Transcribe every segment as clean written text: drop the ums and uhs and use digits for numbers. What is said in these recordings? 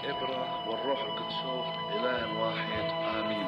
والإبرة والروح القدس إله واحد آمين.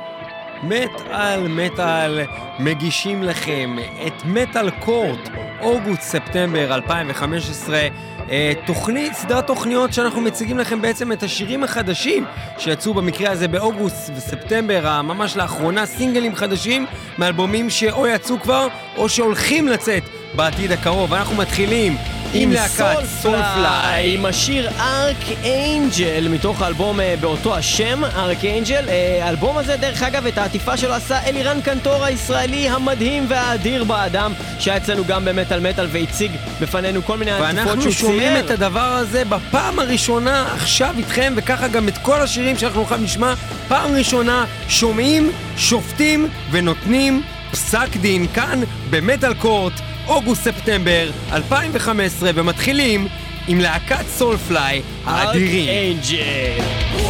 מטל מגישים לכם את מטל קורט, אוגוסט-ספטמבר 2015, סדרת תוכניות שאנחנו מציגים לכם בעצם את השירים החדשים שיצאו במקרה הזה באוגוסט וספטמבר, ממש לאחרונה, סינגלים חדשים מאלבומים שאו יצאו כבר או שהולכים לצאת בעתיד הקרוב. אנחנו מתחילים עם להקת סולפליי, עם השיר ארק-אנג'ל מתוך האלבום באותו השם, ארק-אנג'ל. האלבום הזה דרך אגב את העטיפה שלו עשה אלירן קנטור הישראלי המדהים והאדיר באדם, שהיה אצלנו גם במטל והציג בפנינו כל מיני עטיפות שהוא צייר. ואנחנו שומעים את הדבר הזה בפעם הראשונה עכשיו איתכם, וככה גם את כל השירים שאנחנו הולכים לשמוע פעם ראשונה, שומעים, שופטים ונותנים פסק דין כאן במטל קורט אוגוסט-ספטמבר 2015, ומתחילים עם להקת סולפליי האדירים, ארק-אנג'ל.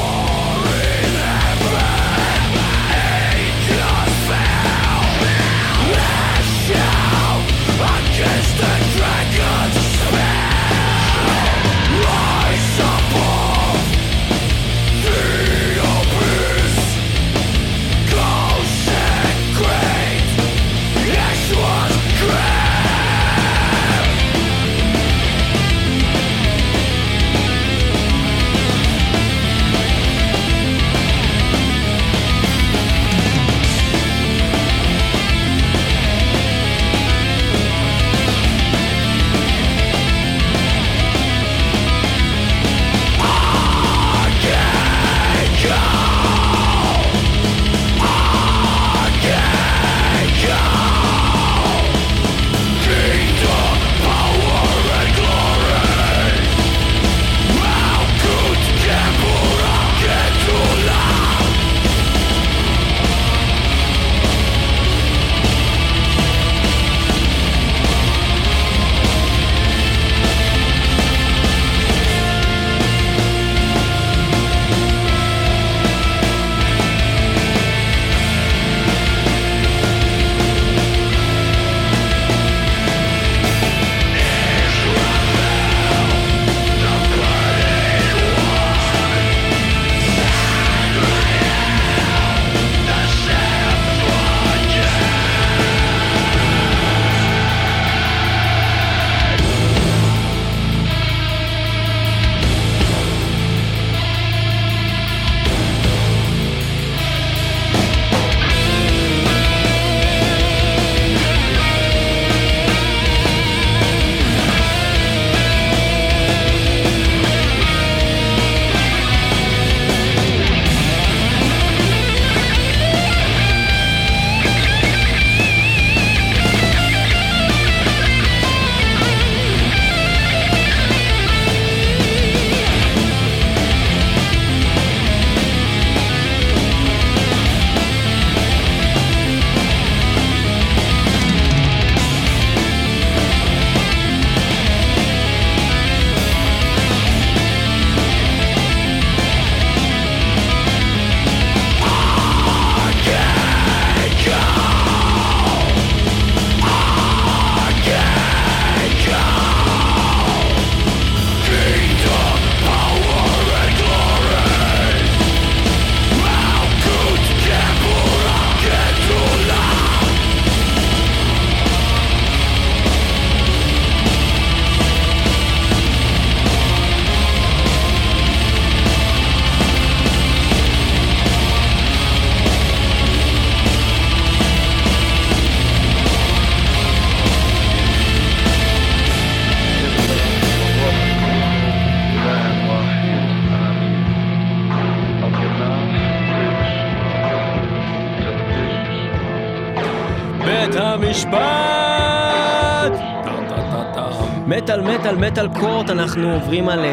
מטל קורט. אנחנו עוברים על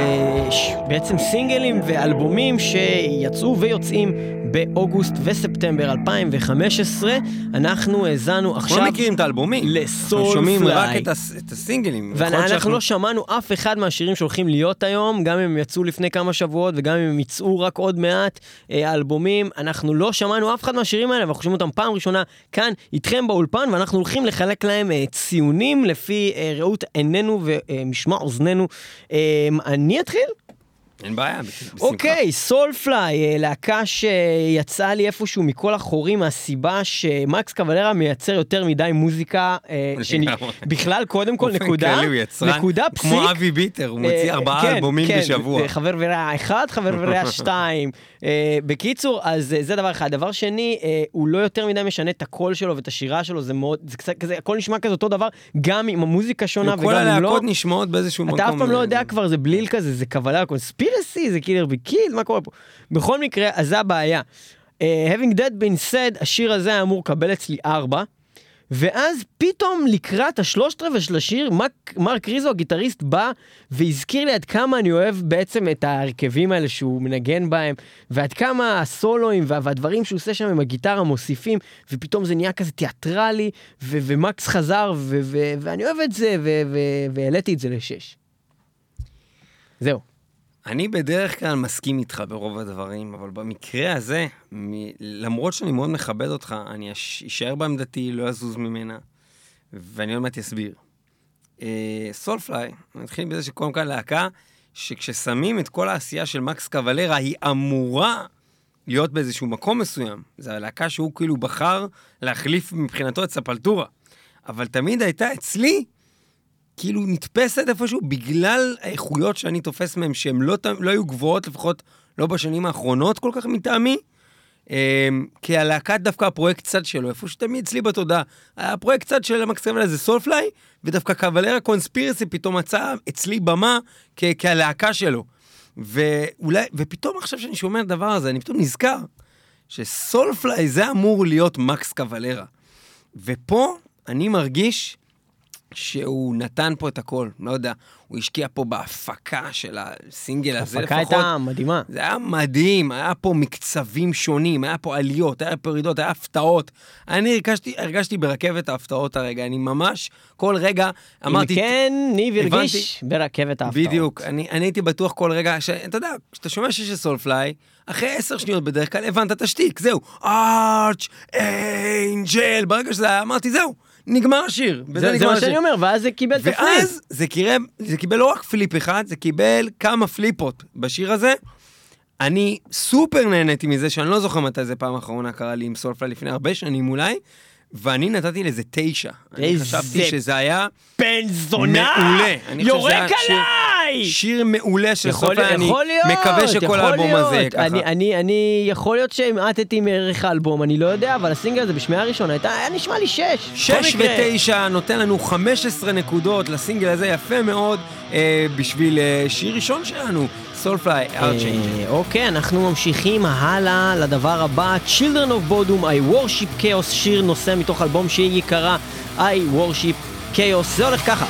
בעצם סינגלים ואלבומים שיצאו ויוצאים באוגוסט וספטמבר 2015. אנחנו הזנו עכשיו... לא מכירים את האלבומים. לסולפליי. שומעים רק את הסינגלים. ואנחנו לא שמענו אף אחד מהשירים שהולכים להיות היום, גם אם הם יצאו לפני כמה שבועות וגם אם הם יצאו רק עוד מעט האלבומים. אנחנו לא שמענו אף אחד מהשירים האלה, ואנחנו שומעים אותם פעם ראשונה כאן איתכם באולפן, ואנחנו הולכים לחלק להם ציונים לפי ראות עינינו ומשמע אוזנינו. אני אתחיל? אין בעיה, בשמחה. אוקיי, סולפליי, להקה שיצאה לי איפשהו מכל החורים, מהסיבה שמקס קוולרה מייצר יותר מדי מוזיקה, בכלל, קודם כל, נקודה פסיק. כמו אבי ביטר, הוא מוציא 4 אלבומים בשבוע. כן, חבר ורע 1, חבר ורע 2. בקיצור, אז זה דבר אחד. דבר שני, הוא לא יותר מדי משנה את הקול שלו ואת השירה שלו, זה מאוד, זה קצת כזה, הכל נשמע כזה אותו דבר, גם עם המוזיקה שונה וגם אם לא. כל הלהקות נשמעות באיזשהו מקום. אתה אף פעם לא יודע כבר, זה בליל כזה, זה קוולרה קונספירסי, זה קילר ביקיל, מה קורה פה? בכל מקרה, אז זה הבעיה. Having that been said, השיר הזה היה אמור לקבל אצלי 4, ואז פתאום לקראת 3/4 של השיר, מרק ריזו, הגיטריסט, בא והזכיר לי עד כמה אני אוהב בעצם את ההרכבים האלה שהוא מנגן בהם, ועד כמה הסולואים והדברים שהוא עושה שם עם הגיטרה מוסיפים, ופתאום זה נהיה כזה תיאטרלי, ומקס חזר, ואני אוהב את זה, והעליתי את זה ל6. זהו. אני בדרך כלל מסכים איתך ברוב הדברים, אבל במקרה הזה, למרות שאני מאוד מכבד אותך, אני אשאר בעמדתי, לא אזוז ממנה, ואני עוד מעט אסביר. סולפליי, נתחיל בזה שקודם כל להקה, שכששמים את כל העשייה של מקס קוולרה, היא אמורה להיות באיזשהו מקום מסוים. זו הלהקה שהוא כאילו בחר להחליף מבחינתו את ספלטורה. אבל תמיד הייתה אצלי, כאילו נתפסת איפשהו בגלל האיכויות שאני תופס מהם, שהן לא היו גבוהות, לפחות לא בשנים האחרונות כל כך מטעמי, כי הלהקת דווקא הפרויקט צד שלו, איפה שתמיד אצלי בתודעה, הפרויקט צד של מקס קוולרה זה סולפליי, ודווקא קוולרה קונספירסי פתאום מצא אצלי במה כהלהקה שלו. ופתאום עכשיו שאני שומע את הדבר הזה, אני פתאום נזכר שסולפליי זה אמור להיות מקס קוולרה. ופה אני מרגיש שהוא נתן פה את הכל, לא יודע, הוא השקיע פה בהפקה של הסינגל הזה לפחות. ההפקה הייתה מדהימה. זה היה מדהים, היה פה מקצבים שונים, היה פה עליות, היה פה ירידות, היה הפתעות. אני הרגשתי ברכבת ההפתעות הרגע, אני ממש, כל רגע אמרתי... אם כן, ניב הרגיש ברכבת ההפתעות. בדיוק, אני הייתי בטוח כל רגע, אתה יודע, כשאתה שומע שיש סולפליי, אחרי 10 שניות בדרך כלל הבנת את השתיק, זהו, ארץ' אנג'ל, ברגע שזה היה, אמרתי, זהו. נגמר השיר. זה מה שאני אומר, ואז זה קיבל את הפליפ. ואז זה קיבל לא רק פליפ אחד, זה קיבל כמה פליפות בשיר הזה. אני סופר נהניתי מזה, שאני לא זוכר מתי זה פעם האחרונה קרה לי עם סולפליי לפני הרבה שנים אולי, ואני נתתי לזה 9. אני חשבתי שזה היה בן זונה! מעולה. יורק עליי! שיר מעולה של סולפליי, אני מקווה שכל האלבום הזה יהיה ככה. אני יכול להיות שהמעטתי מערך האלבום, אני לא יודע, אבל הסינגל הזה בשמיעה הראשונה היה נשמע לי 6. 6 ו9 נותן לנו 15 נקודות לסינגל הזה, יפה מאוד, בשביל שיר ראשון שלנו. סולפליי, ארצ'יינג'ל. אוקיי, אנחנו ממשיכים הלאה לדבר הבא, Children of Bodom, I Worship Chaos, שיר נושא מתוך אלבום שהיא יקרה, I Worship Chaos, זה הולך ככה.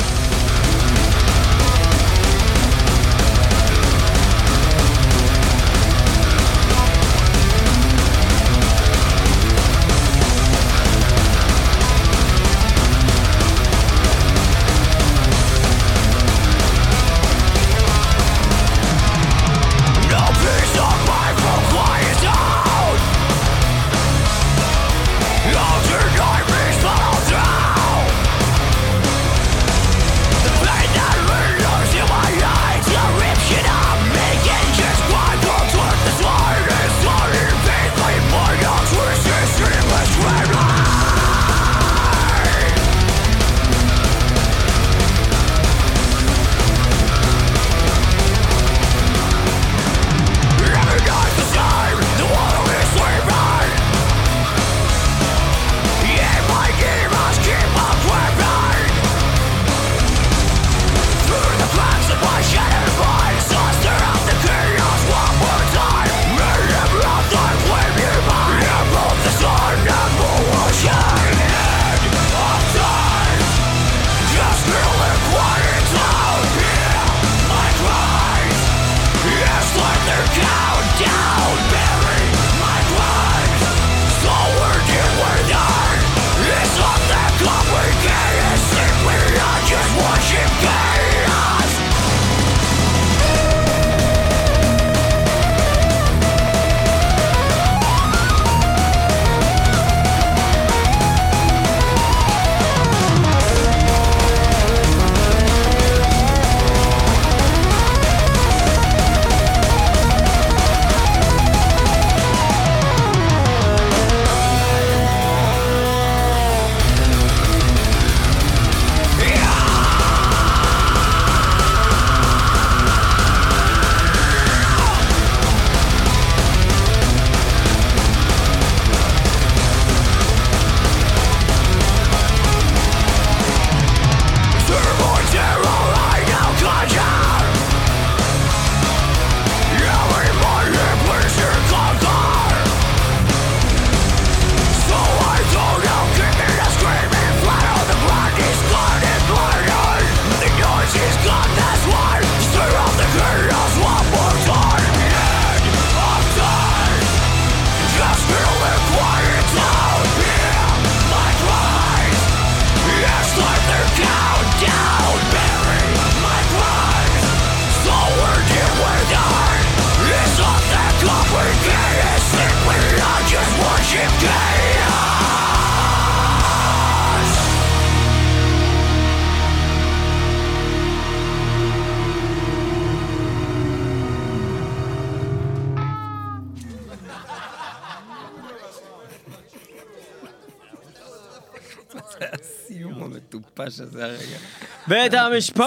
הסיום המטופש הזה הרגע. בית המשפט!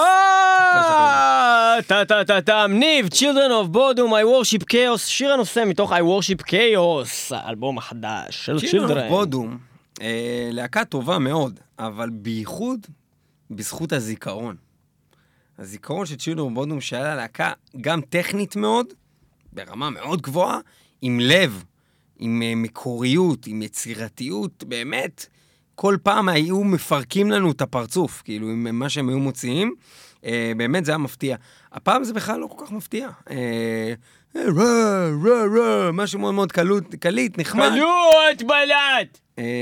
ניב, Children of Bodom, I Worship Chaos, שיר הנושא מתוך I Worship Chaos, האלבום החדש של Children. Children of Bodom, להקה טובה מאוד, אבל בייחוד בזכות הזיכרון. הזיכרון של Children of Bodom שהיה לה להקה גם טכנית מאוד, ברמה מאוד גבוהה, עם לב, עם מקוריות, עם יצירתיות, באמת, כל פעם היו מפרקים לנו את הפרצוף, כאילו, עם מה שהם היו מוציאים, באמת זה היה מפתיע. הפעם זה בכלל לא כל כך מפתיע. משהו מאוד מאוד קליט, נחמד. בלט!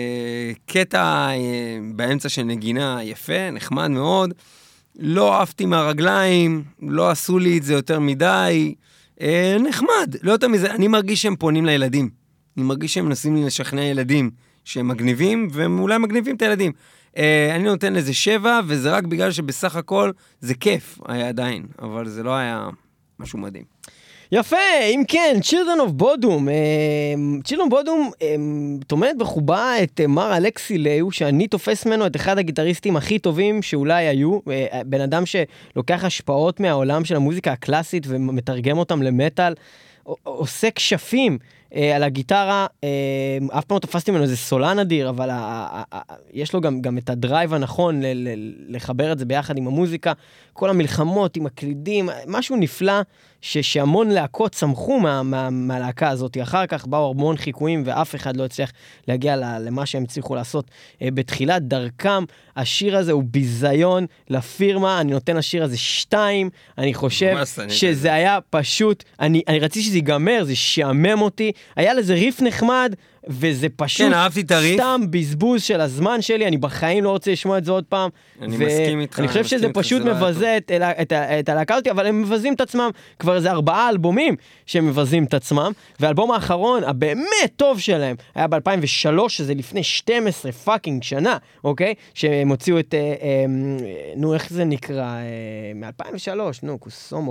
קטע באמצע של נגינה יפה, נחמד מאוד. לא עפתי מהרגליים, לא עשו לי את זה יותר מדי. נחמד, לא יותר מזה. אני מרגיש שהם פונים לילדים. אני מרגיש שהם מנסים לי לשכנע ילדים שהם מגניבים, והם אולי מגניבים את הילדים. אני נותן לזה 7, וזה רק בגלל שבסך הכל זה כיף היה עדיין, אבל זה לא היה משהו מדהים. יפה, אם כן, Children of Bodom. Children of Bodom תומדת בחובה את מר אלכסי ליו, שאני תופס ממנו את אחד הגיטריסטים הכי טובים שאולי היו, בן אדם שלוקח השפעות מהעולם של המוזיקה הקלאסית ומתרגם אותם למטל, עושה כשפים על הגיטרה, אף פעם לא תפסתי ממנו איזה סולן אדיר, אבל יש לו גם את הדרייב הנכון לחבר את זה ביחד עם המוזיקה, כל המלחמות עם הקלידים, משהו נפלא שהמון להקות צמחו מהלהקה הזאת. אחר כך באו המון חיקויים ואף אחד לא הצליח להגיע למה שהם צריכו לעשות בתחילת דרכם. השיר הזה הוא ביזיון לפירמה, אני נותן לשיר הזה 2, אני חושב שזה היה פשוט, אני רציתי שזה ייגמר, זה שעמם אותי, היה לזה ריף נחמד, וזה פשוט סתם בזבוז של הזמן שלי, אני בחיים לא רוצה לשמוע את זה עוד פעם. אני מסכים איתך. אני חושב שזה פשוט מבזה את הלהקה אותי, אבל הם מבזים את עצמם, כבר איזה 4 אלבומים שהם מבזים את עצמם, והאלבום האחרון, הבאמת טוב שלהם, היה ב-2003, שזה לפני 12 פאקינג שנה, אוקיי? שהם הוציאו את, נו, איך זה נקרא? מ-2003, נו, קוסומו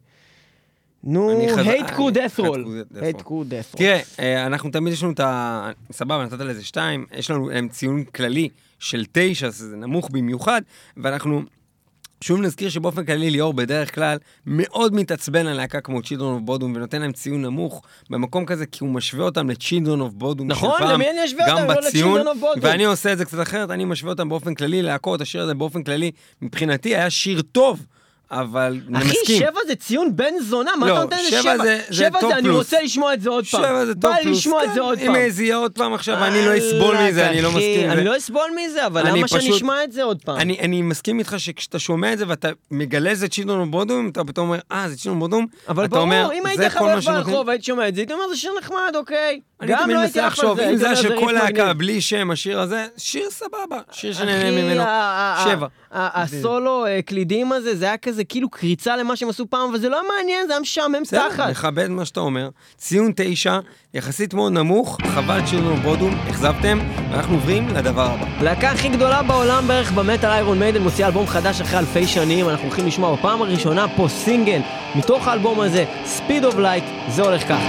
נו, hate crew death roll. hate crew death roll. תראה, אנחנו תמיד יש לנו את ה... סבבה, נתת לזה 2, יש לנו ציון כללי של 9, זה נמוך במיוחד, ואנחנו שוב נזכיר שבאופן כללי ליאור בדרך כלל מאוד מתעצבן על להקה כמו Children of Bodom, ונותן להם ציון נמוך במקום כזה, כי הוא משווה אותם ל-Children of Bodom. נכון, למי אני אשווה אותם? לא ל-Children of Bodom. ואני עושה את זה קצת אחרת, אני משווה אותם באופן כללי להקות, השיר הזה באופן כללי, מבחינתי היה שיר טוב, אבל אחי, 7 זה ציון בן זונה, מה אתה נותן לזה 7? 7 זה, אני רוצה לשמוע את זה עוד פעם. 7 זה טוב פלוס. בא לשמוע את זה עוד פעם. אם זה יהיה עוד פעם עכשיו, אני לא אסבול מזה, אני לא מסכים עם זה. אני לא אסבול מזה, אבל למה שאני אשמע את זה עוד פעם? אני מסכים איתך שכשאתה שומע את זה, ואתה מגלה זה Children of Bodom, אתה פתאום אומר, זה Children of Bodom, אבל ברור, אם הייתי חבר ברחוב, הייתי שומע את זה, הייתי אומר, זה שיר נחמד, אוקיי. גם לא הייתי אף על זה. אם זה היה של כל להקה, בלי שם השיר הזה, שיר סבבה, שיר שנהנה ממנו. 7. הסולו קלידים הזה, זה היה כזה כאילו קריצה למה שהם עשו פעם, וזה לא מעניין, זה היה משעמם תחת. מכבד מה שאתה אומר. ציון 9, יחסית מאוד נמוך, חבל Children of Bodom, אכזבתם, ואנחנו עוברים לדבר הבא. להקה הכי גדולה בעולם בערך במטל, איירון מיידן, מוציאה אלבום חדש אחרי אלפי שנים, אנחנו הולכים לשמוע בפעם הראשונה פה סינגל, מתוך האלבום הזה, Speed of Light, זה הולך ככה.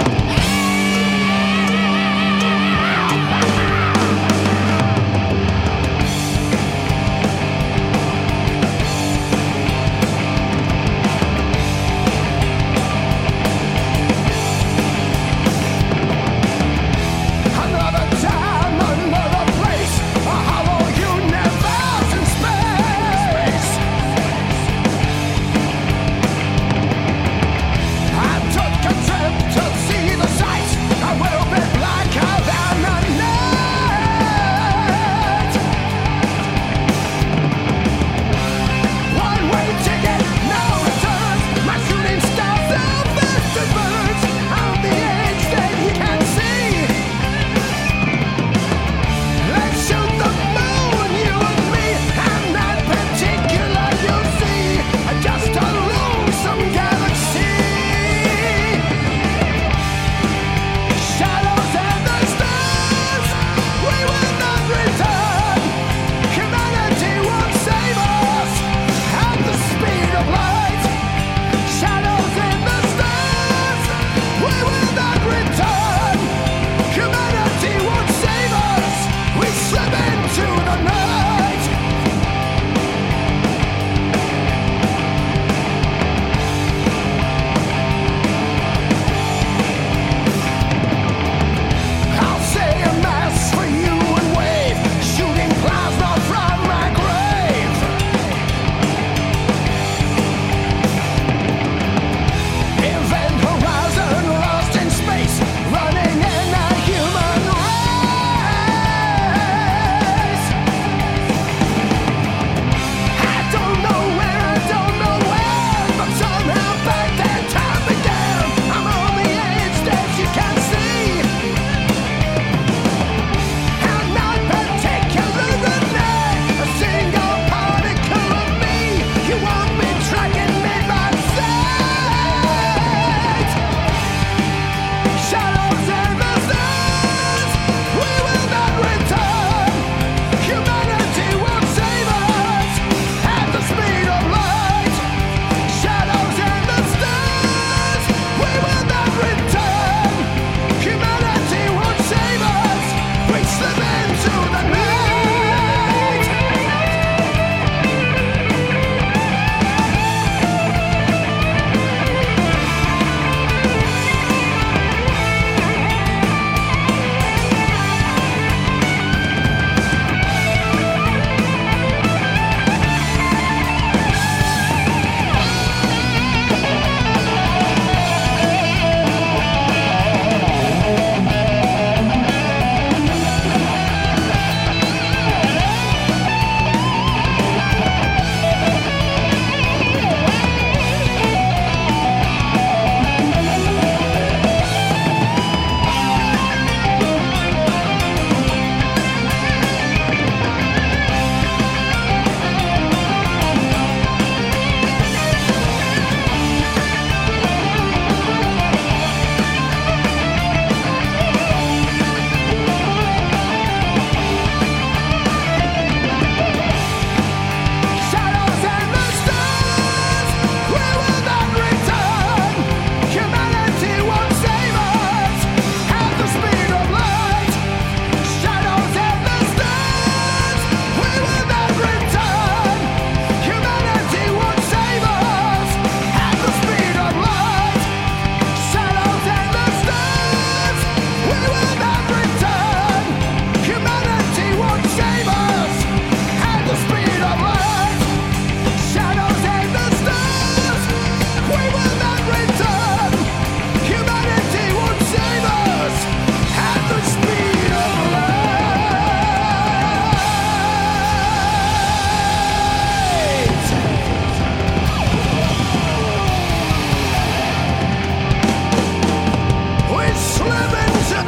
To see the sight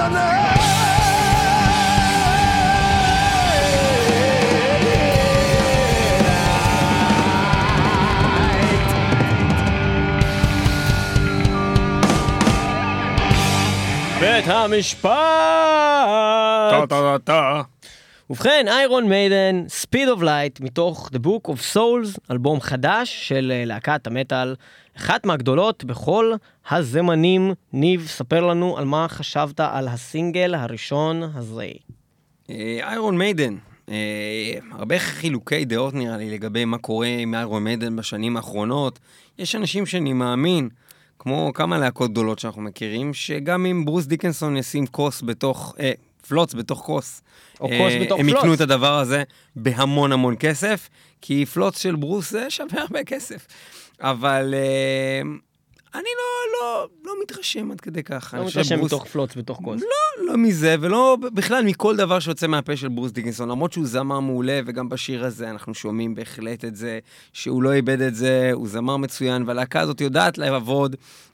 בית המשפט! ובכן, איירון מיידן, Speed of Light, מתוך The Book of Souls, אלבום חדש של להקת המטל, אחת מהגדולות בכל הזמנים. ניב, ספר לנו על מה חשבת על הסינגל הראשון הזה. איירון מיידן, הרבה חילוקי דעות נראה לי לגבי מה קורה עם איירון מיידן בשנים האחרונות. יש אנשים שאני מאמין, כמו כמה להקות גדולות שאנחנו מכירים, שגם אם ברוס דיקנסון ישים כוס בתוך, פלוץ בתוך כוס, או כוס בתוך הם פלוץ. יקנו את הדבר הזה בהמון המון כסף, כי פלוץ של ברוס זה שווה הרבה כסף. אבל אני לא מתרשם עד כדי כך. לא מתרשם מתוך פלוץ בתוך כוס. לא מזה, ולא בכלל מכל דבר שיוצא מהפה של ברוס דיקנסון, למרות שהוא זמר מעולה, וגם בשיר הזה אנחנו שומעים בהחלט את זה, שהוא לא איבד את זה, הוא זמר מצוין, והלהקה הזאת יודעת לעבוד.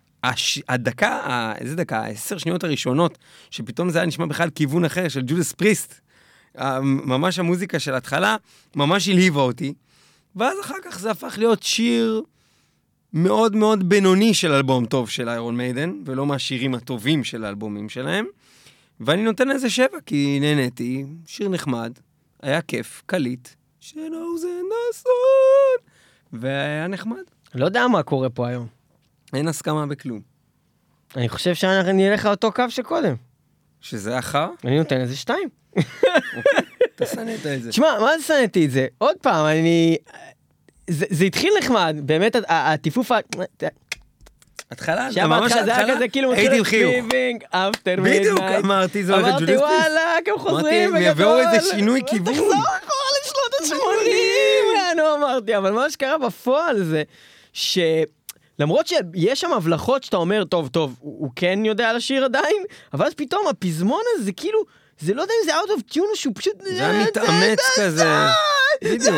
הדקה, איזה דקה, 10 שניות הראשונות, שפתאום זה היה נשמע בכלל כיוון אחר של ג'ודס פריסט, ממש המוזיקה של ההתחלה, ממש הלהיבה אותי, ואז אחר כך זה הפך להיות שיר מאוד מאוד בינוני של אלבום טוב של איירון מיידן, ולא מהשירים הטובים של האלבומים שלהם, ואני נותן לזה 7, כי נהניתי, שיר נחמד, היה כיף, קליט, שלא זה נסון, והיה נחמד. לא יודע מה קורה פה היום. אין הסכמה בכלום. אני חושב שאנחנו נלך על אותו קו שקודם. שזה אחר? אני נותן לזה 2. אתה סנית את זה. תשמע, מה זה סנתי את זה? עוד פעם, זה התחיל נחמד, באמת הטיפוף התחלה, ממש התחלה, זה היה כזה כאילו הייתי עם חיוך. בדיוק, אמרתי, זה הולכת ג'ודס פריסט. אמרתי, וואלה, הם חוזרים בגדול. יביאו איזה שינוי כיוון. תחזור אחורה לשנות ה-80, אמרתי, אבל מה שקרה בפועל זה, למרות שיש שם הבלחות שאתה אומר, טוב, הוא כן יודע על השיר עדיין, אבל אז פתאום הפזמון הזה, כאילו, זה לא יודע אם זה out of tune, שהוא פשוט... זה היה מתאמץ כזה. בדיוק.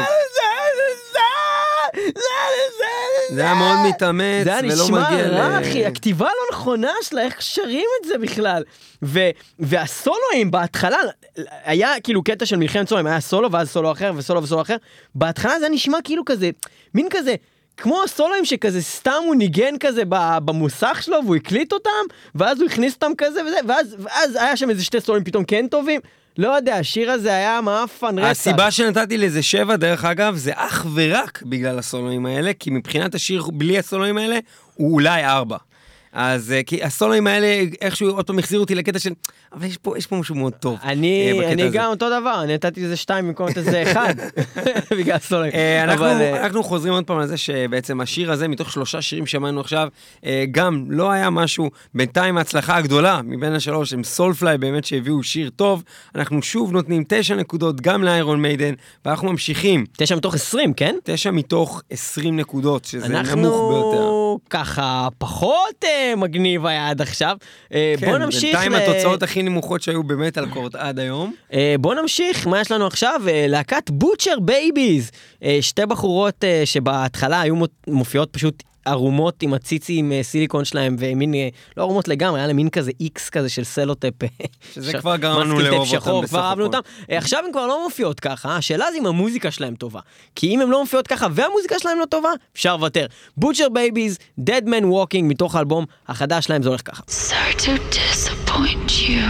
זה היה מאוד מתאמץ, זה היה ולא נשמע מגיע רע, אחי, הכתיבה לא נכונה שלה, איך שרים את זה בכלל. והסולואים בהתחלה, היה כאילו קטע של מלחמת סולואים, היה סולו ואז סולו אחר וסולו וסולו אחר, בהתחלה זה נשמע כאילו כזה, מין כזה, כמו הסולואים שכזה סתם הוא ניגן כזה במוסך שלו, והוא הקליט אותם, ואז הוא הכניס אותם כזה וזה, ואז היה שם איזה 2 סולואים פתאום כן טובים, לא יודע, השיר הזה היה מאפן רצח. הסיבה שנתתי לזה 7, דרך אגב, זה אך ורק בגלל הסולואים האלה, כי מבחינת השיר בלי הסולואים האלה, הוא אולי 4. אז כי הסולואים האלה, איכשהו עוד פעם החזירו אותי לקטע של, אבל יש פה משהו מאוד טוב. אני גם אותו דבר, אני נתתי לזה 2 במקום לזה 1, בגלל הסולואים. אנחנו חוזרים עוד פעם לזה שבעצם השיר הזה, מתוך 3 שירים שמענו עכשיו, גם לא היה משהו, בינתיים ההצלחה הגדולה, מבין השלוש, הם סולפליי באמת שהביאו שיר טוב, אנחנו שוב נותנים 9 נקודות גם לאיירון מיידן, ואנחנו ממשיכים. 9 מתוך 20, כן? 9 מתוך 20 נקודות, שזה נמוך ביותר. אנחנו ככה פחות מגניב היה עד עכשיו. בוא נמשיך. בינתיים התוצאות הכי נמוכות שהיו באמת על קורט עד היום. בוא נמשיך, מה יש לנו עכשיו? להקת בוטשר בייביז. 2 בחורות שבהתחלה היו מופיעות פשוט ערומות עם הציצי עם סיליקון שלהם, ומין, לא ערומות לגמרי, היה להם מין כזה איקס כזה של סלוטפ. שזה כבר גרמנו לאהוב אותם בסך הכל. עכשיו הם כבר לא מופיעות ככה, השאלה זה אם המוזיקה שלהם טובה. כי אם הם לא מופיעות ככה והמוזיקה שלהם לא טובה, אפשר לוותר. בוטשר בייביז, Dead Man Walking, מתוך האלבום החדש שלהם, זה הולך ככה. Sorry to disappoint you,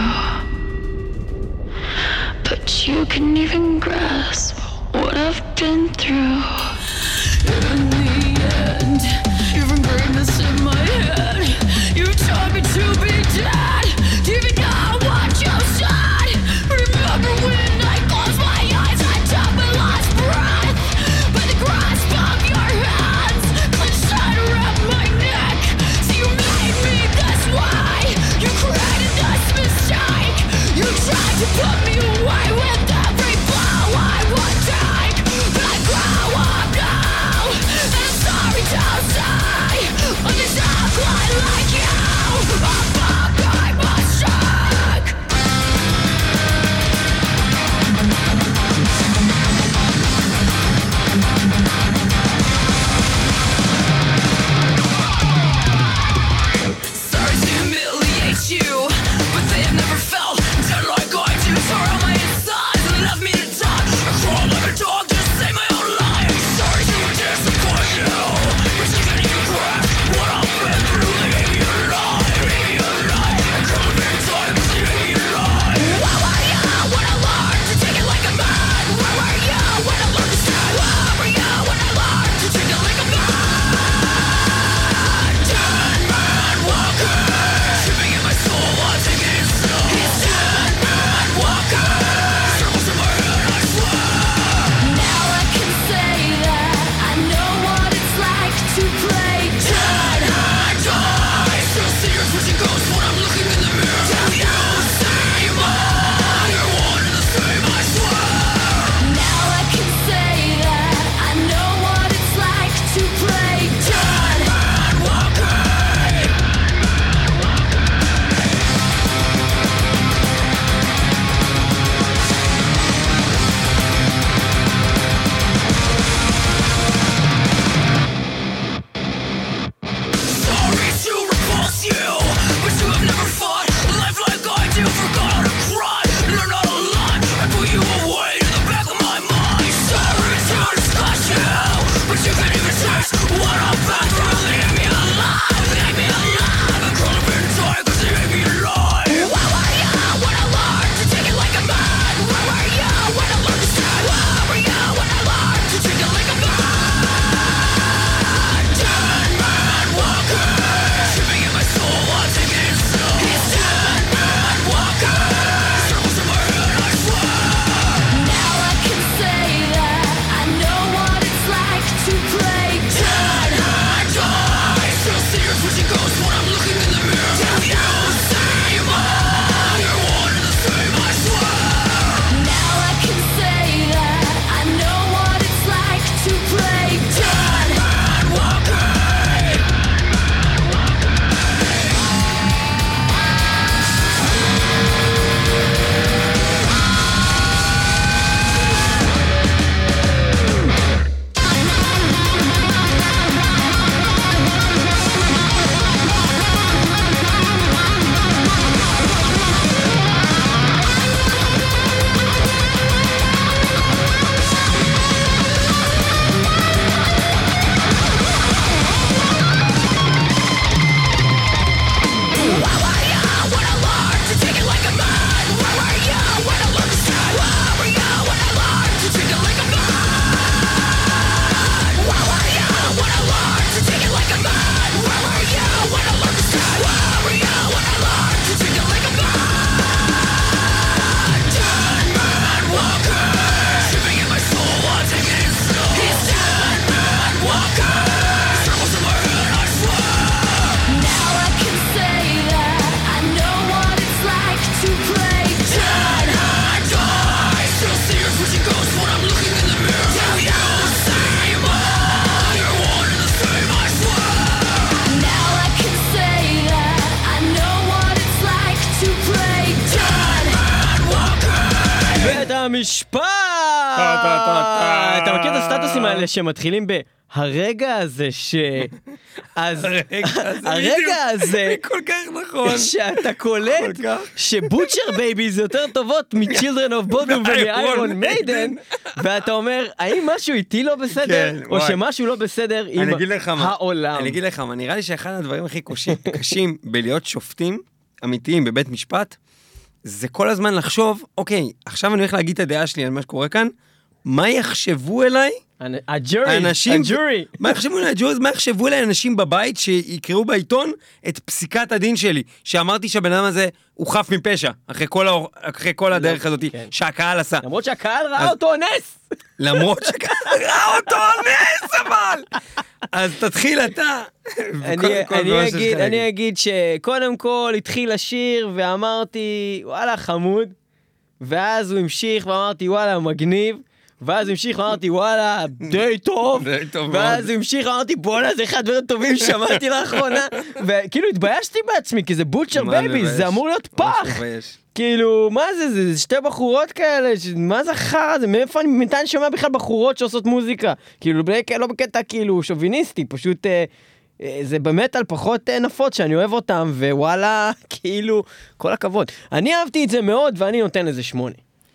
but you can even grasp what I've been through. In the end, you've ingrained this in my head. You taught me to be dead, even now I watch your side. Remember when I closed my eyes, I took my last breath, but the grasp of your hands clenched tight around my neck. So you made me this way, you created this mistake. You tried to put me away with every blow I would take, but I grow up now, and I'm sorry to say, on this ugly המשפט! אתה מכיר את הסטטוסים האלה שמתחילים הרגע הזה הרגע הזה זה כל כך נכון. שאתה קולט שבוטשר בייבי זה יותר טובות מ-Children of Bodom ומ-Iron Maiden, ואתה אומר, האם משהו איתי לא בסדר, או שמשהו לא בסדר עם העולם? אני אגיד לך מה, נראה לי שאחד הדברים הכי קשים בלהיות שופטים אמיתיים בבית משפט, זה כל הזמן לחשוב, אוקיי, עכשיו אני הולך להגיד את הדעה שלי על מה שקורה כאן, מה יחשבו אליי? הג'ורי. מה יחשבו אליי אנשים בבית שיקראו בעיתון את פסיקת הדין שלי, שאמרתי שהבן אדם הזה הוא חף מפשע, אחרי כל הדרך הזאת שהקהל עשה. למרות שהקהל ראה אותו נס. אבל! אז תתחיל אתה. אני אגיד שקודם כל התחיל לשיר ואמרתי, וואלה חמוד, ואז הוא המשיך ואמרתי, וואלה מגניב, ואז הוא המשיך ואמרתי, וואלה, די טוב, ואז הוא המשיך ואמרתי, בואנה, זה אחד דברים טובים שמעתי לאחרונה, וכאילו התביישתי בעצמי, כי זה בוטשר בייבי, זה אמור להיות פח. כאילו, מה זה? זה שתי בחורות כאלה, מה זה חרא? זה מאיפה אני מתי שומע בכלל בחורות שעושות מוזיקה? כאילו, לא בקטע כאילו שוביניסטי, פשוט זה באמת על פחות נפות שאני אוהב אותם, ווואלה, כאילו, כל הכבוד. אני אהבתי את זה מאוד, ואני נותן לזה 8.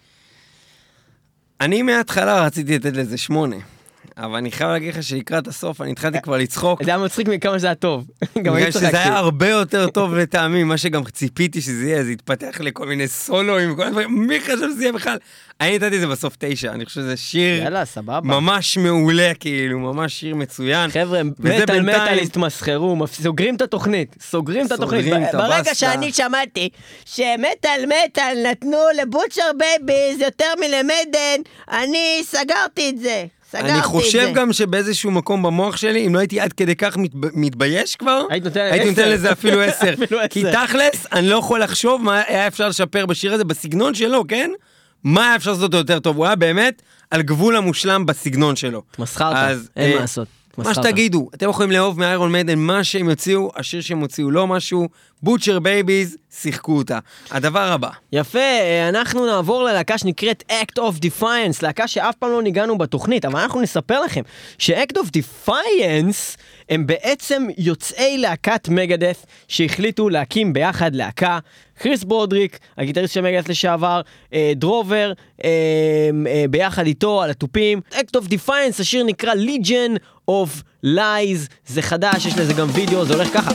אני מההתחלה רציתי לתת לזה 8. אבל אני חייב להגיד לך שלקראת הסוף אני התחלתי כבר לצחוק. זה היה מצחיק מכמה שזה היה טוב. בגלל שזה היה הרבה יותר טוב לטעמים, מה שגם ציפיתי שזה יהיה, זה התפתח לכל מיני סולואים וכל הדברים, מי חשב שזה יהיה בכלל? אני נתתי את זה בסוף 9, אני חושב שזה שיר ממש מעולה, כאילו, ממש שיר מצוין. חבר'ה, מטאליסט מסחרו, סוגרים את התוכנית, ברגע שאני שמעתי שמטל נתנו לבוטשר בייבי, זה יותר מלמדן, אני סגרתי את זה. אני חושב גם שבאיזשהו מקום במוח שלי, אם לא הייתי עד כדי כך מתבייש כבר, הייתי נותן לזה אפילו 10. כי תכלס, אני לא יכול לחשוב מה היה אפשר לשפר בשיר הזה, בסגנון שלו, כן? מה היה אפשר לעשות יותר טוב? הוא היה באמת על גבול המושלם בסגנון שלו. מסחרת, אין מה לעשות. מה שתגידו, אתם יכולים לאהוב מאיירון מיידן, מה שהם יוציאו, השיר שהם הוציאו לא משהו, בוטשר בייביז, שיחקו אותה. הדבר הבא. יפה, אנחנו נעבור ללהקה שנקראת Act of Defiance, להקה שאף פעם לא ניגענו בתוכנית, אבל אנחנו נספר לכם ש-Act of Defiance הם בעצם יוצאי להקת מגדף שהחליטו להקים ביחד להקה, קריס ברודריק, הגיטריסט של מגדף לשעבר, דרובר, ביחד איתו על הטופים. Act of Defiance, השיר נקרא Legion of Lies, זה חדש, יש לזה גם וידאו, זה הולך ככה.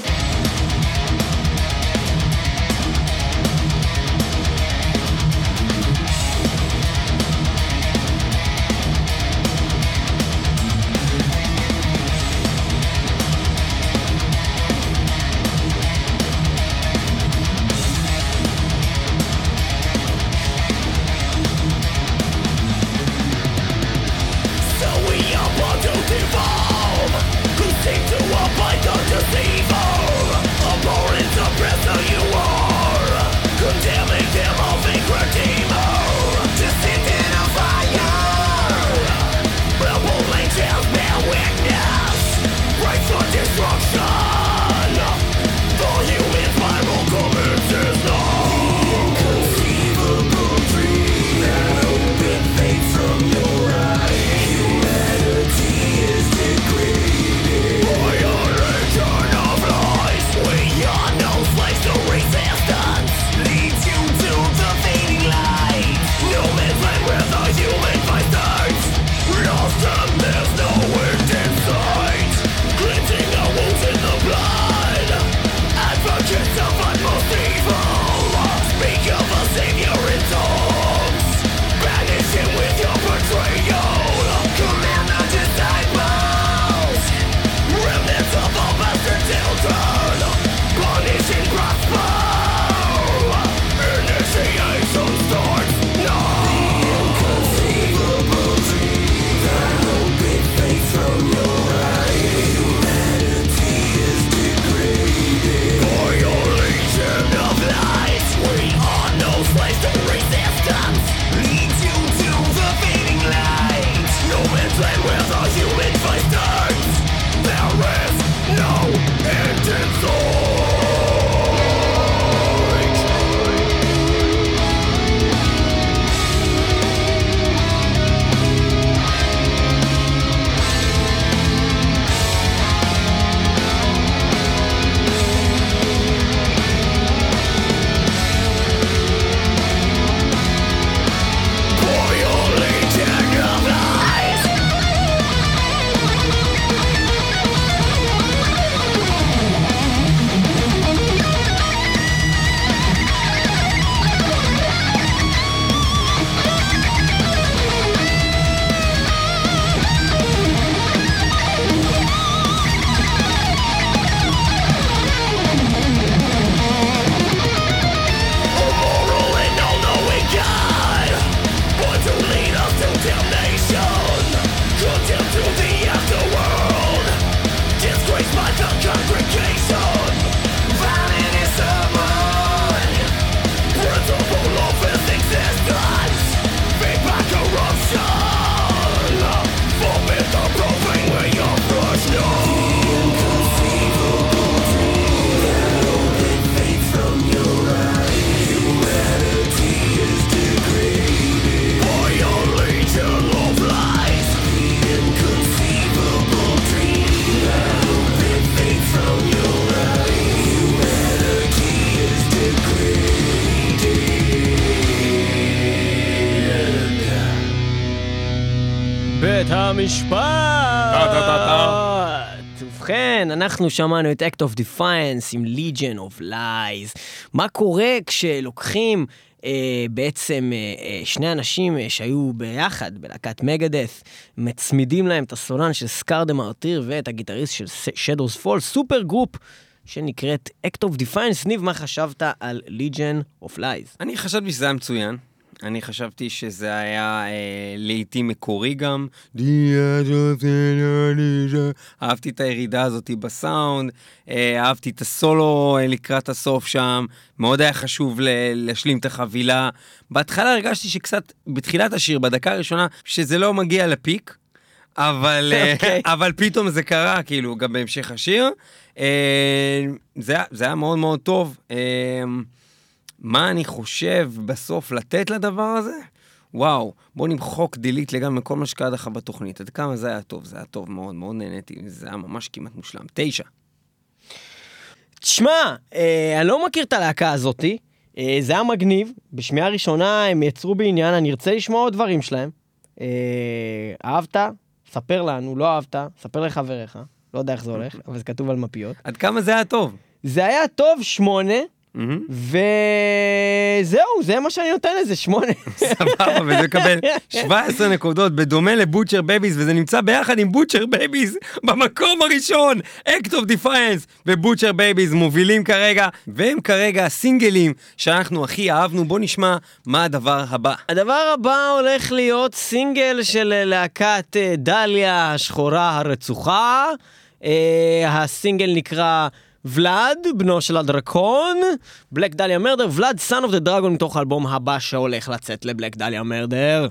Who seem to abide our deceiver. בית המשפט! ובכן, אנחנו שמענו את Act of Defiance עם Legion of Lies. מה קורה כשלוקחים בעצם שני אנשים שהיו ביחד בלהקת מגדף, מצמידים להם את הסולן של סקאר דה מרטיר ואת הגיטריסט של Shadows Fall, סופר גרופ שנקראת Act of Defiance. ניב, מה חשבת על Legion of Lies? אני חשבתי שזה היה מצוין. אני חשבתי שזה היה לעיתים מקורי גם. אהבתי את הירידה הזאת בסאונד, אהבתי את הסולו לקראת הסוף שם, מאוד היה חשוב להשלים את החבילה. בהתחלה הרגשתי שקצת, בתחילת השיר, בדקה הראשונה, שזה לא מגיע לפיק, אבל פתאום זה קרה, כאילו, גם בהמשך השיר. זה היה מאוד מאוד טוב. מה אני חושב בסוף לתת לדבר הזה? וואו, בוא נמחוק דילית לגמרי מכל מה שקרה לך בתוכנית. עד כמה זה היה טוב? זה היה טוב מאוד, מאוד נהניתי. זה היה ממש כמעט מושלם. 9. תשמע, אני לא מכיר את הלהקה הזאת. זה היה מגניב. בשמיעה ראשונה הם יצרו בעניין, אני ארצה לשמוע עוד דברים שלהם. אהבת? ספר לנו. לא אהבת? ספר לחבריך. לא יודע איך זה הולך, אבל זה כתוב על מפיות. עד כמה זה היה טוב? זה היה טוב, 8. וזהו, זה מה שאני נותן לזה, 8. סבבה, וזה מקבל 17 נקודות, בדומה לבוטשר בייביז, וזה נמצא ביחד עם בוטשר בייביז במקום הראשון. Act of Defiance ובוטשר בייביז מובילים כרגע, והם כרגע הסינגלים שאנחנו הכי אהבנו. בוא נשמע מה הדבר הבא. הדבר הבא הולך להיות סינגל של להקת דליה השחורה הרצוחה. הסינגל נקרא ולד, בנו של הדרקון, בלק דליה מרדר, ולד, סן אוף דה דרגון, מתוך האלבום הבא שהולך לצאת לבלק דליה מרדר.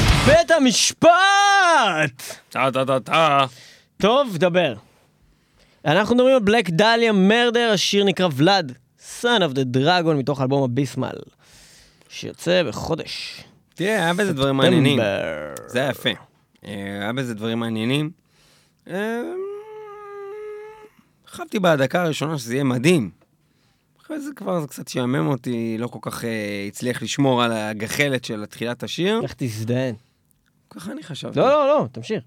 המשפט! טוב, דבר. אנחנו מדברים על בלק דליה מרדר, השיר נקרא ולד, Son of the Dragon, מתוך אלבום הביסמל, שיוצא בחודש. תראה, היה בזה דברים מעניינים. זה היה יפה. היה בזה דברים מעניינים. חשבתי בדקה הראשונה שזה יהיה מדהים. אחרי זה כבר קצת שיאמם אותי, לא כל כך הצליח לשמור על הגחלת של תחילת השיר. איך תזדהן? ככה אני חשבתי. לא, תמשיך.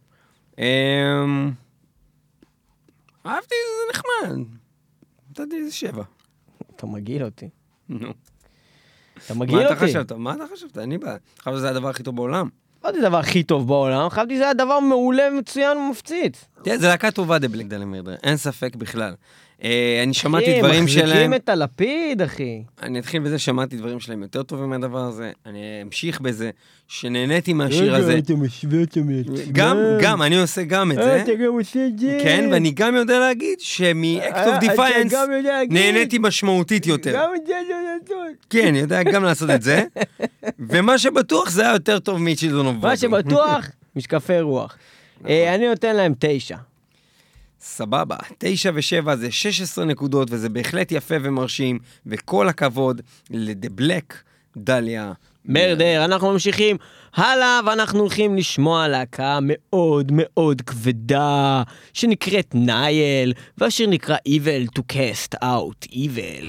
אהבתי, זה נחמד. נתתי איזה 7. אתה מגעיל אותי. נו. אתה מגעיל אותי. מה אתה חשבת? אני בא. חשבתי שזה הדבר הכי טוב בעולם. לא זה הדבר הכי טוב בעולם, חשבתי שזה הדבר מעולה, מצוין ומפציץ. תראה, זה להקה טובה דבלק דליה מרדר, אין ספק בכלל. אני שמעתי דברים שלהם... מחזיקים את הלפיד, אחי. אני אתחיל בזה, שמעתי דברים שלהם יותר טובים מהדבר הזה, אני אמשיך בזה, שנהניתי מהשיר הזה. אתה משווה אותם לעצמם. גם, אני עושה גם את זה. אתה גם עושה את זה. כן, ואני גם יודע להגיד שמ-Act of Defiance נהניתי משמעותית יותר. גם את זה לא לעשות. כן, אני יודע גם לעשות את זה. ומה שבטוח זה היה יותר טוב מ-Children of Bodom. מה שבטוח, משקפי רוח. אני נותן להם 9. סבבה, 9 ו7 זה 16 נקודות, וזה בהחלט יפה ומרשים, וכל הכבוד לדבלק דליה מרדר. אנחנו ממשיכים הלאה, ואנחנו הולכים לשמוע להקה מאוד מאוד כבדה, שנקראת נייל, והשיר נקרא Evil to Cast Out Evil.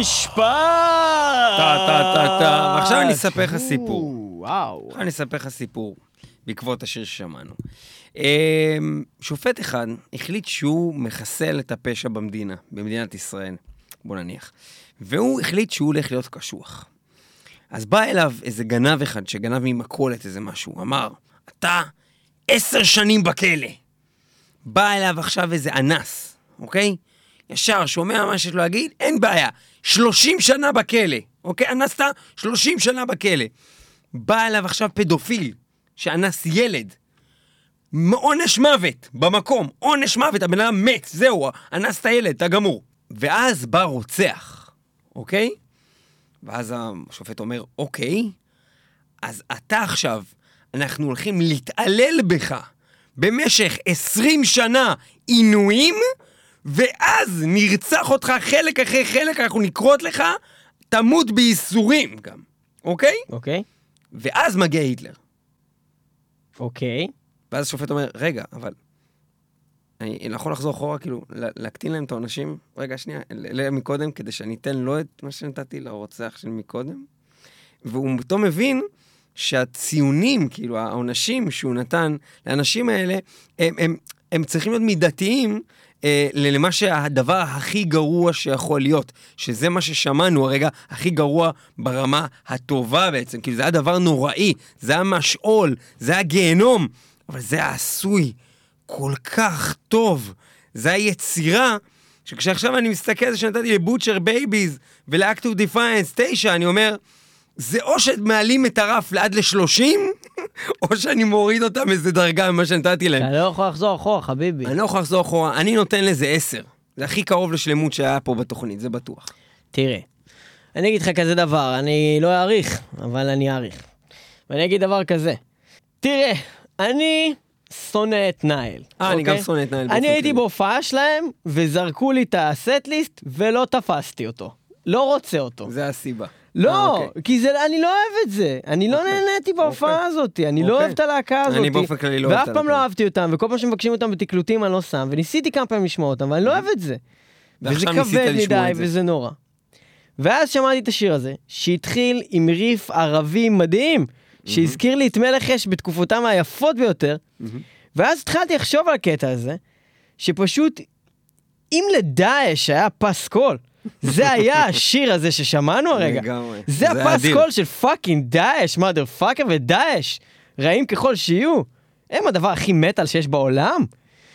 משפט! ועכשיו אני אספר לך סיפור. וואו. עכשיו אני אספר לך סיפור, בעקבות השיר ששמענו. שופט אחד החליט שהוא מחסל את הפשע במדינת ישראל, בוא נניח. והוא החליט שהוא הולך להיות קשוח. אז בא אליו איזה גנב אחד, שגנב ממקולת איזה משהו, אמר, אתה 10 שנים בכלא. בא אליו עכשיו איזה אנס, אוקיי? ישר, שומע מה שיש לו להגיד, אין בעיה, 30 שנה בכלא, אוקיי? אנסת 30 שנה בכלא. בא אליו עכשיו פדופיל, שאנס ילד, עונש מוות, במקום, עונש מוות, הבן אדם מת, זהו, אנס את הילד, אתה גמור. ואז בא רוצח, אוקיי? ואז השופט אומר, אוקיי, אז אתה עכשיו, אנחנו הולכים להתעלל בך במשך 20 שנה עינויים, ואז נרצח אותך חלק אחרי חלק, אנחנו נקרות לך, תמות בייסורים גם, אוקיי? אוקיי. ואז מגיע היטלר. אוקיי. ואז השופט אומר, רגע, אבל אני יכול לחזור אחורה, כאילו, להקטין להם את העונשים, רגע, שנייה, מקודם, כדי שאני אתן לו את מה שנתתי לרוצח של מקודם, והוא פתאום מבין שהציונים, כאילו, העונשים שהוא נתן לאנשים האלה, הם צריכים להיות מידתיים למה שהדבר הכי גרוע שיכול להיות, שזה מה ששמענו הרגע, הכי גרוע ברמה הטובה בעצם, כאילו זה היה דבר נוראי, זה היה משעול, זה היה גיהנום, אבל זה היה עשוי כל כך טוב, זה היה יצירה, שכשעכשיו אני מסתכל על זה שנתתי לבוטשר בייביז ולאקטיב דיפיינס 9, אני אומר, זה או שמעלים את הרף לעד ל-30, או שאני מוריד אותם איזה דרגה ממה שנתתי להם. אתה לא יכול לחזור אחורה, חביבי. אני לא יכול לחזור אחורה, אני נותן לזה 10. זה הכי קרוב לשלמות שהיה פה בתוכנית, זה בטוח. תראה, אני אגיד לך כזה דבר, אני לא אעריך, אבל אני אעריך. ואני אגיד דבר כזה, תראה, אני שונא את נייל. אני גם שונא את נייל. אני הייתי בהופעה שלהם, וזרקו לי את הסט-ליסט, ולא תפסתי אותו. לא רוצה אותו. זה הסיבה. לא, כי אני לא אוהב את זה. אני לא נהניתי בהופעה הזאת. אני לא אוהב את הלהקה הזאת. אני באופן כללי לא אוהב את הלהקה. ואף פעם לא אהבתי אותם, וכל פעם שמבקשים אותם בתקלוטים אני לא שם, וניסיתי כמה פעמים לשמוע אותם, אבל אני לא אוהב את זה. וזה כבד מדי, וזה נורא. ואז שמעתי את השיר הזה, שהתחיל עם ריף ערבי מדהים, שהזכיר לי את מלך אש בתקופותם היפות ביותר, ואז התחלתי לחשוב על הקטע הזה, שפשוט, אם לדאעש היה פסקול, זה היה השיר הזה ששמענו הרגע. זה הפסקול של פאקינג דאעש, מאדר פאקר ודאעש. רעים ככל שיהיו. הם הדבר הכי מטל שיש בעולם.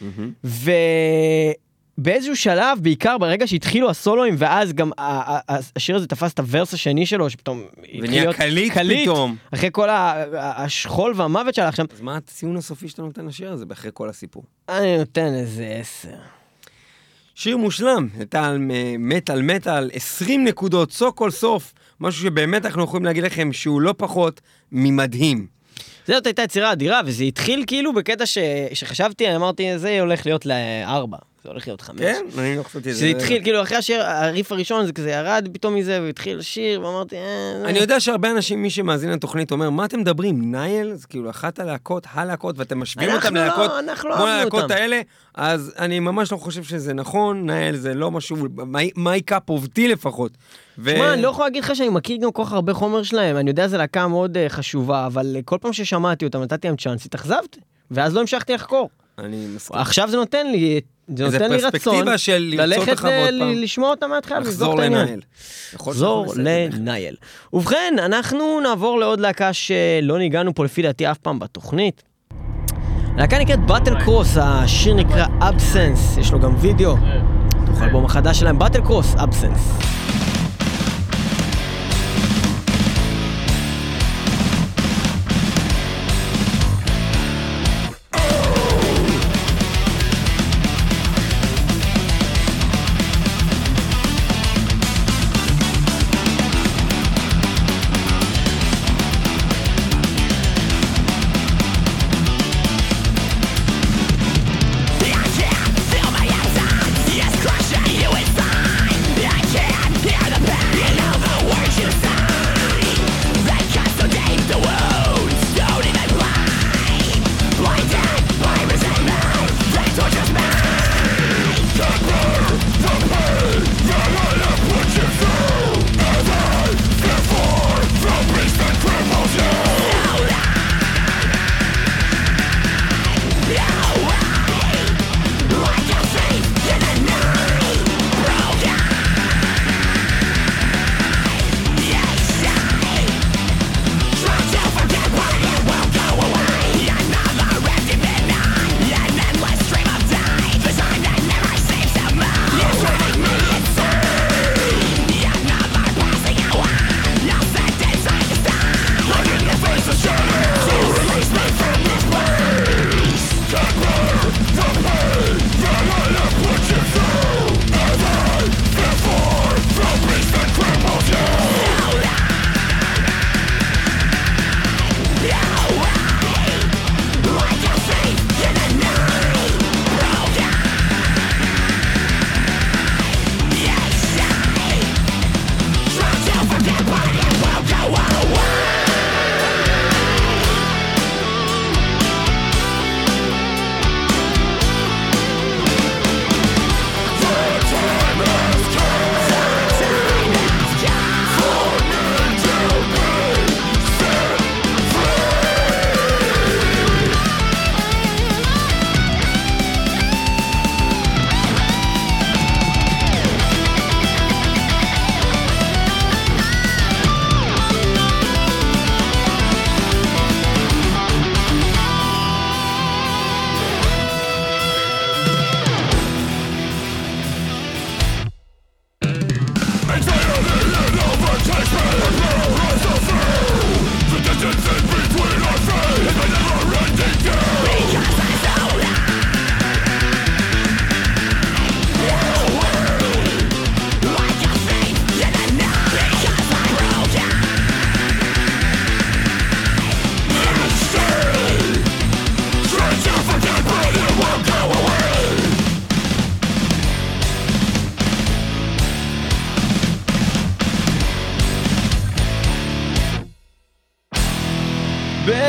ובאיזשהו שלב, בעיקר ברגע שהתחילו הסולואים, ואז גם השיר הזה תפס את הוורס השני שלו, שפתאום ונהיה קליט פתאום. אחרי כל השכול והמוות שלה עכשיו. אז מה הציון הסופי שאתה נותן לשיר הזה, אחרי כל הסיפור? אני נותן איזה 10. שיר מושלם, מטל, 20 נקודות, סוף כל סוף, משהו שבאמת אנחנו יכולים להגיד לכם שהוא לא פחות ממדהים. זאת הייתה יצירה אדירה, וזה התחיל כאילו בקטע שחשבתי, אמרתי, זה הולך להיות ל4, זה הולך להיות 5. כן, אני לא חשבתי את זה. זה התחיל, כאילו אחרי השיר, הריף הראשון, זה כזה ירד פתאום מזה, והתחיל שיר, ואמרתי, אני יודע שהרבה אנשים, מי שמאזין לתוכנית, אומר, מה אתם מדברים? נייל? זה כאילו אחת הלהקות, ואתם משווים אותם ללהקות, כמו ללהקות האלה, אז אני ממש לא חושב שזה נכון, נייל זה לא משהו, my cup of tea לפחות. מה, אני לא יכול להגיד לך שאני מכיר גם כל כך הרבה חומר שלהם, אני יודע, זו להקה מאוד חשובה, אבל כל פעם ששמעתי אותם, נתתי להם צ'אנס, התאכזבתי, ואז לא המשכתי לחקור. עכשיו זה נותן לי רצון ללכת לשמוע אותם מהתחילה ולבדוק את העניין. לחזור לנייל. ובכן, אנחנו נעבור לעוד להקה שלא ניגענו פה לפי דעתי אף פעם בתוכנית. להקה נקראת באטל קרוס, השיר נקרא אבסנס, יש לו גם וידאו. תוך האלבום החדש שלהם, באטל קרוס, אבסנס. Feel my absence, yes, crushing you inside. I can't hear the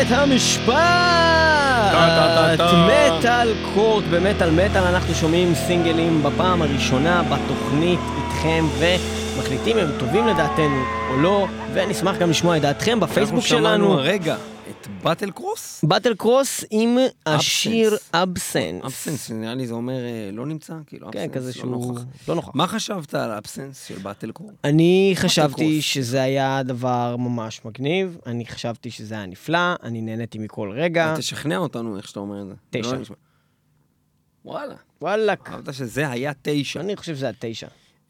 בית המשפט! מטל קורט במטל מטל. אנחנו שומעים סינגלים בפעם הראשונה בתוכנית איתכם ומחליטים אם הם טובים לדעתנו או לא, ונשמח גם לשמוע את דעתכם בפייסבוק שלנו. אנחנו שמענו הרגע את באטל קרוס? באטל קרוס עם השיר אבסנס. אבסנס, נראה לי זה אומר לא נמצא, כאילו כן, אבסנס כזה שהוא לא נוכח. מה חשבת על האבסנס של באטל קרוס? אני חשבתי שזה היה דבר ממש מגניב, אני חשבתי שזה היה נפלא, אני נהניתי מכל רגע. תשכנע אותנו איך שאתה אומר את זה. 9. וואלה. וואלה. חשבת שזה היה 9. אני חושב שזה היה 9.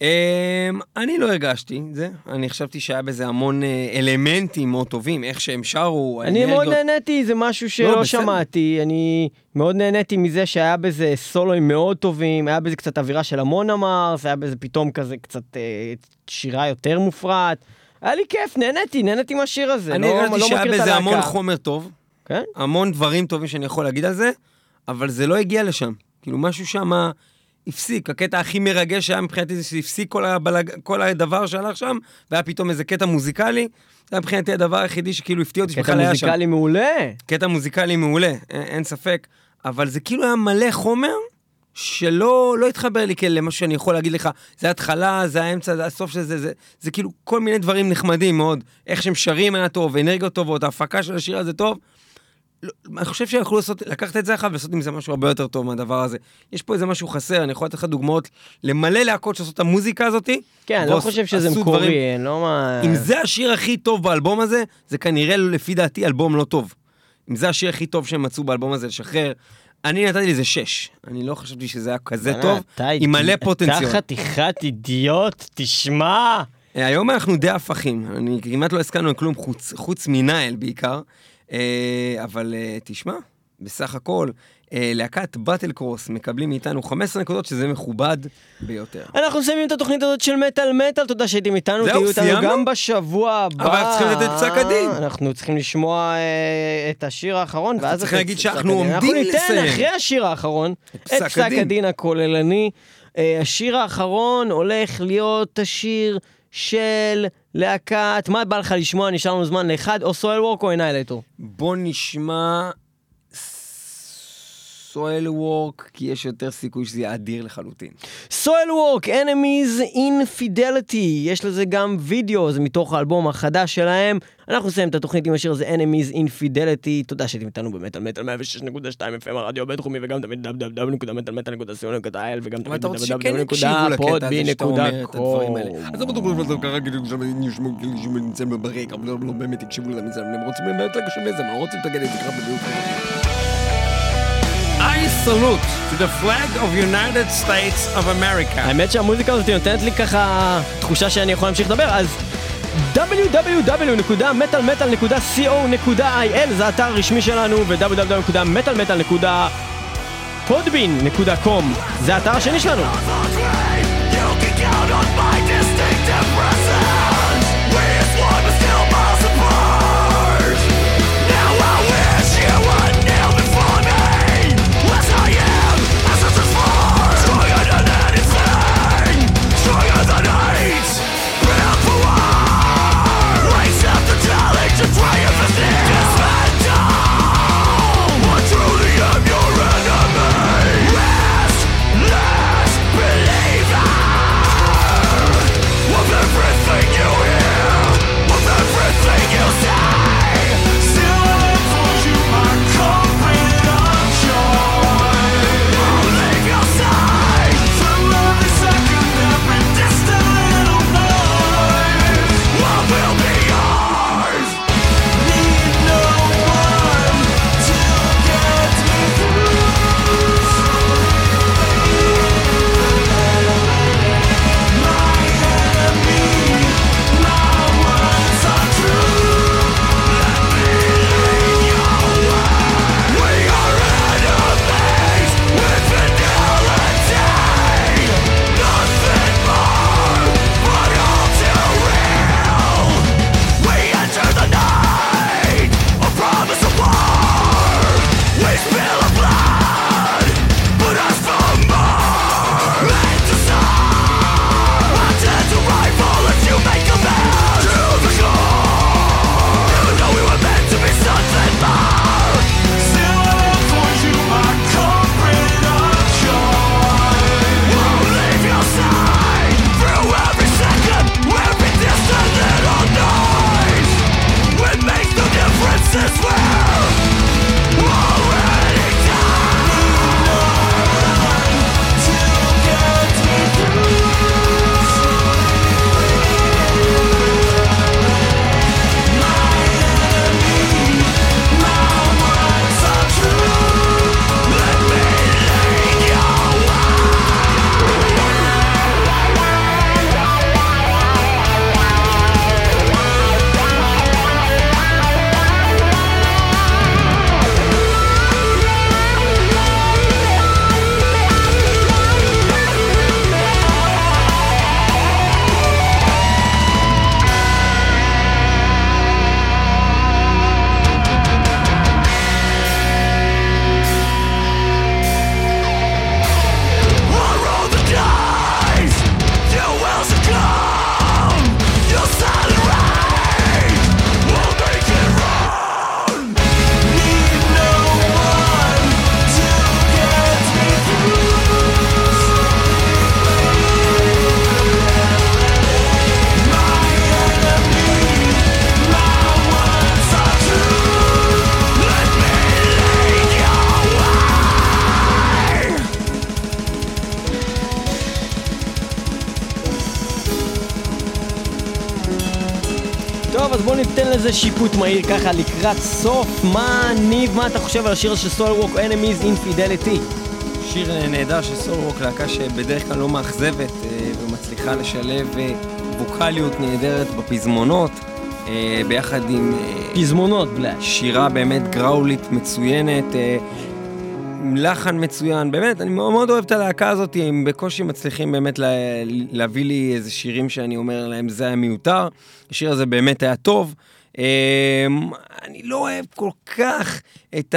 אני לא הרגשתי את זה, אני חשבתי שהיה בזה המון אלמנטים מאוד טובים, איך שהם שרו. אני מאוד נהניתי, זה משהו שלא שמעתי, אני מאוד נהניתי מזה שהיה בזה סולוים מאוד טובים, היה בזה קצת אווירה של המון אמרס, היה בזה פתאום כזה קצת שירה יותר מופרעת, היה לי כיף, נהניתי מהשיר הזה. אני הרגשתי שהיה בזה המון חומר טוב, המון דברים טובים שאני יכול להגיד על זה, אבל זה לא הגיע לשם, כאילו משהו שם הפסיק, הקטע הכי מרגש שהיה מבחינתי זה שהפסיק כל הדבר שהלך שם, והיה פתאום איזה קטע מוזיקלי, זה היה מבחינתי הדבר היחידי שכאילו הפתיע אותי שבכלל היה שם. קטע מוזיקלי מעולה. קטע מוזיקלי מעולה, אין ספק, אבל זה כאילו היה מלא חומר, שלא התחבר לי למשהו שאני יכול להגיד לך, זה התחלה, זה האמצע, זה הסוף של זה, זה כאילו כל מיני דברים נחמדים מאוד, איך שהם שרים היה טוב, אנרגיות טובות, ההפקה של השיר הזה טוב, אני חושב שיכולו לקחת את זה אחד ולעשות עם זה משהו הרבה יותר טוב מהדבר הזה. יש פה איזה משהו חסר, אני יכול לתת לך דוגמאות למלא להקות שעושות את המוזיקה הזאת. כן, אני לא חושב שזה מקורי, לא מה... אם זה השיר הכי טוב באלבום הזה, זה כנראה לפי דעתי אלבום לא טוב. אם זה השיר הכי טוב שהם מצאו באלבום הזה לשחרר, אני נתתי לזה 6. אני לא חשבתי שזה היה כזה טוב, עם מלא פוטנציון. אתה חתיכת אידיוט, תשמע! היום אנחנו די הפכים, אני כמעט לא הסכמנו כלום חוץ מנהל בעיקר. אבל תשמע, בסך הכל, להקת באטל קרוס מקבלים מאיתנו 15 נקודות, שזה מכובד ביותר. אנחנו מסיימים את התוכנית הזאת של מטל מטל, תודה שהייתם איתנו, תהיו איתנו גם בשבוע הבא. אבל צריכים לתת פסק הדין. אנחנו צריכים לשמוע את השיר האחרון, ואז צריך להגיד שאנחנו עומדים לסיים. אנחנו ניתן אחרי השיר האחרון את פסק הדין הכוללני. השיר האחרון הולך להיות השיר של להקת, מה בא לך לשמוע? נשאר לנו זמן לאחד, או סואל וורק או אנאילטור? בוא נשמע סואל וורק, כי יש יותר סיכוי שזה יהיה אדיר לחלוטין. סואל וורק, Enemies Infidelity, יש לזה גם וידאו, זה מתוך האלבום החדש שלהם. אנחנו נסיים את התוכנית עם השיר הזה, Enemies Infidelity. תודה שאתם איתנו במטל מטל 106.2 FM הרדיו הבינתחומי, וגם תמיד www.metalmetal.co.il וגם תמיד www.podbean.com. אז לא בטוח שאתם ככה כאילו נשמעו כאילו שנמצאים בברק, אבל לא באמת יקשיבו לזה, הם רוצים באמת לקשב לזה, הם לא רוצים לתגד את זה ככה בדיוק. I salute to the flag of United States of America. האמת שהמוזיקה הזאת נותנת לי ככה תחושה שאני יכול להמשיך לדבר, אז www.metalmetal.co.il זה האתר הרשמי שלנו, ו-www.metalmetal.podbean.com זה האתר השני שלנו. Believe איזה שיפוט מהיר ככה לקראת סוף. ניב, מה אתה חושב על השיר של סולוורוק, Enemies Infidelity? שיר נהדר של סולוורוק, להקה שבדרך כלל לא מאכזבת ומצליחה לשלב ווקליות נהדרת בפזמונות, ביחד עם פזמונות, בלש. שירה באמת גראולית מצוינת, לחן מצוין, באמת, אני מאוד אוהב את הלהקה הזאת, הם בקושי מצליחים באמת להביא לי איזה שירים שאני אומר להם, זה היה מיותר, השיר הזה באמת היה טוב, אני לא אוהב כל כך את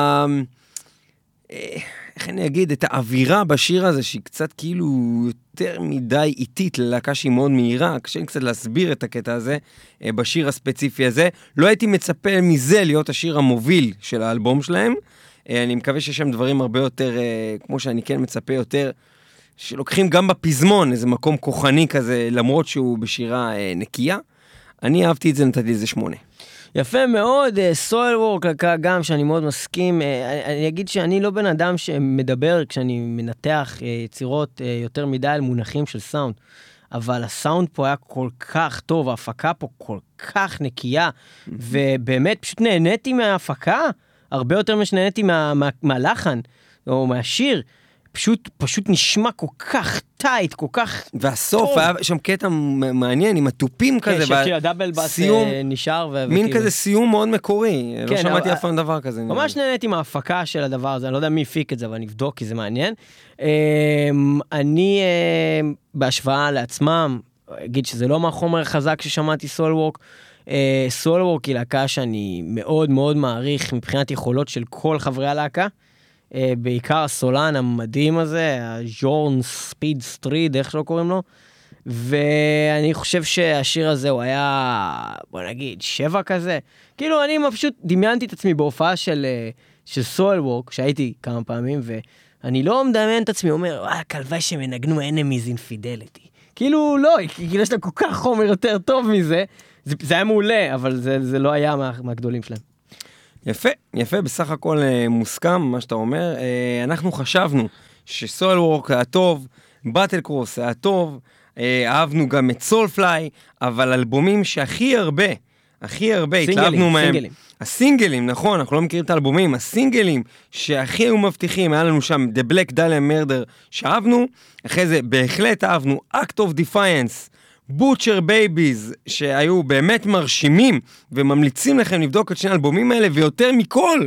איך אני אגיד, את האווירה בשיר הזה, שהיא קצת כאילו יותר מדי איטית ללהקה שהיא מאוד מהירה, קשה לי קצת להסביר את הקטע הזה, בשיר הספציפי הזה, לא הייתי מצפה מזה להיות השיר המוביל של האלבום שלהם, אני מקווה שיש שם דברים הרבה יותר, כמו שאני כן מצפה יותר, שלוקחים גם בפזמון, איזה מקום כוחני כזה, למרות שהוא בשירה נקייה. אני אהבתי את זה, נתתי לזה 8. יפה מאוד, סולוורק, גם שאני מאוד מסכים. אני אגיד שאני לא בן אדם שמדבר כשאני מנתח יצירות יותר מדי על מונחים של סאונד, אבל הסאונד פה היה כל כך טוב, ההפקה פה כל כך נקייה, ובאמת פשוט נהניתי מההפקה, הרבה יותר משנהניתי מהלחן, או מהשיר, פשוט נשמע כל כך טייט, כל כך והסוף, טוב. היה שם קטע מעניין, עם הטופים כזה, כן, שהדאבל בס נשאר. מין כזה סיום מאוד מקורי, לא כן, שמעתי אף פעם דבר כזה. ממש נהניתי מההפקה של הדבר הזה, אני לא יודע מי הפיק את זה, אבל נבדוק, כי זה מעניין. אני, בהשוואה לעצמם, אגיד שזה לא מהחומר חזק ששמעתי סולוורק, סולוורק היא להקה שאני מאוד מאוד מעריך מבחינת יכולות של כל חברי הלהקה, בעיקר הסולן המדהים הזה, הז'ורן ספיד סטריד, איך שלא קוראים לו, ואני חושב שהשיר הזה הוא היה, בוא נגיד, 7 כזה, כאילו אני פשוט דמיינתי את עצמי בהופעה של סולוורק, שהייתי כמה פעמים, ואני לא מדמיין את עצמי, אומר, כלוואי שמנגנו Enemies Infidelity, כאילו לא, כאילו יש לה כל כך חומר יותר טוב מזה, זה היה מעולה, אבל זה לא היה מהגדולים שלהם. יפה, יפה, בסך הכל מוסכם מה שאתה אומר. אנחנו חשבנו שסולוורק היה טוב, באטל קרוס היה טוב, אהבנו גם את סולפליי, אבל אלבומים שהכי הרבה התלהבנו מהם. סינגלים. הסינגלים, נכון, אנחנו לא מכירים את האלבומים, הסינגלים שהכי היו מבטיחים, היה לנו שם The Black Dahlia Murder שאהבנו, אחרי זה בהחלט אהבנו Act of Defiance, בוטשר בייביז, שהיו באמת מרשימים, וממליצים לכם לבדוק את שני האלבומים האלה, ויותר מכל,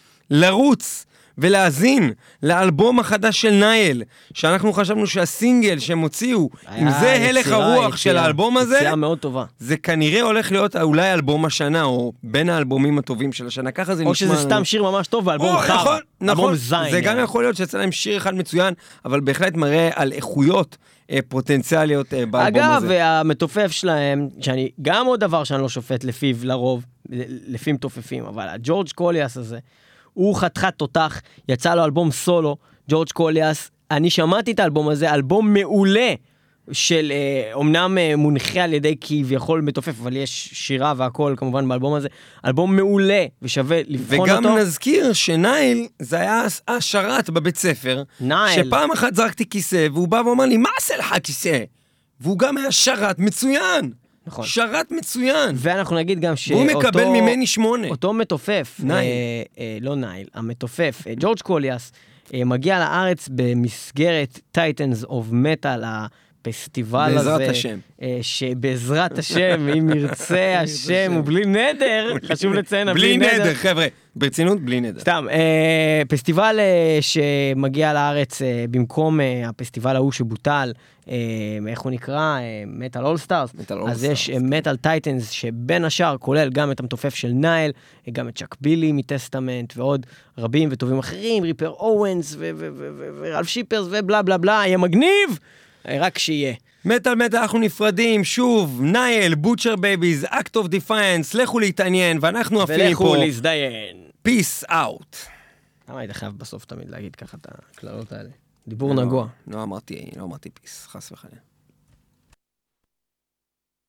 לרוץ ולהזין לאלבום החדש של נייל, שאנחנו חשבנו שהסינגל שהם הוציאו, אם זה הלך הרוח של האלבום הזה, יציאה מאוד טובה. זה כנראה הולך להיות אולי אלבום השנה, או בין האלבומים הטובים של השנה, ככה זה נשמע. או שזה סתם שיר ממש טוב, ואלבום חר. נכון, זה גם יכול להיות שיצא להם שיר אחד מצוין, אבל בהחלט מראה על איכויות פוטנציאליות באלבום הזה. אגב, והמתופף שלהם, שאני, גם עוד דבר שאני לא שופט לפיו לרוב, לפי מתופפים, אבל הג'ורג' קוליאס הזה, הוא חתיכת תותח, יצא לו אלבום סולו, ג'ורג' קוליאס, אני שמעתי את האלבום הזה, אלבום מעולה, של אומנם מונחה על ידי כביכול מתופף, אבל יש שירה והכל כמובן באלבום הזה, אלבום מעולה ושווה לבחון אותו. וגם נזכיר שנייל זה היה השרת בבית ספר, נייל. שפעם אחת זרקתי כיסא והוא בא ואומר לי, מה עשה לך כיסא? והוא גם היה שרת מצוין. נכון. שרת מצוין. ואנחנו נגיד גם והוא מקבל ממני 8. אותו מתופף, לא נייל, המתופף, ג'ורג' קוליאס, מגיע לארץ במסגרת Titans of Metal, הפסטיבל הזה. בעזרת השם. שבעזרת השם, אם ירצה השם, ובלי נדר, חשוב לציין, בלי נדר, חבר'ה. ברצינות, בלי נדר. סתם, פסטיבל שמגיע לארץ במקום הפסטיבל ההוא שבוטל, איך הוא נקרא? מטל אול סטארס. אז יש מטל טייטנס שבין השאר כולל גם את המתופף של נייל, גם את צ'אק בילי מטסטמנט ועוד רבים וטובים אחרים, ריפר אוונס ורלף שיפרס ובלה בלה בלה, יהיה מגניב! רק שיהיה. מטל, אנחנו נפרדים, שוב, נייל, בוטשר בייביז, אקט אוף דיפיינס, לכו להתעניין, ואנחנו אפילו פה. ולכו להזדיין. Peace out. למה היית חייב בסוף תמיד להגיד ככה את הכללות האלה? דיבור נגוע. לא אמרתי פיס, חס וחלילה.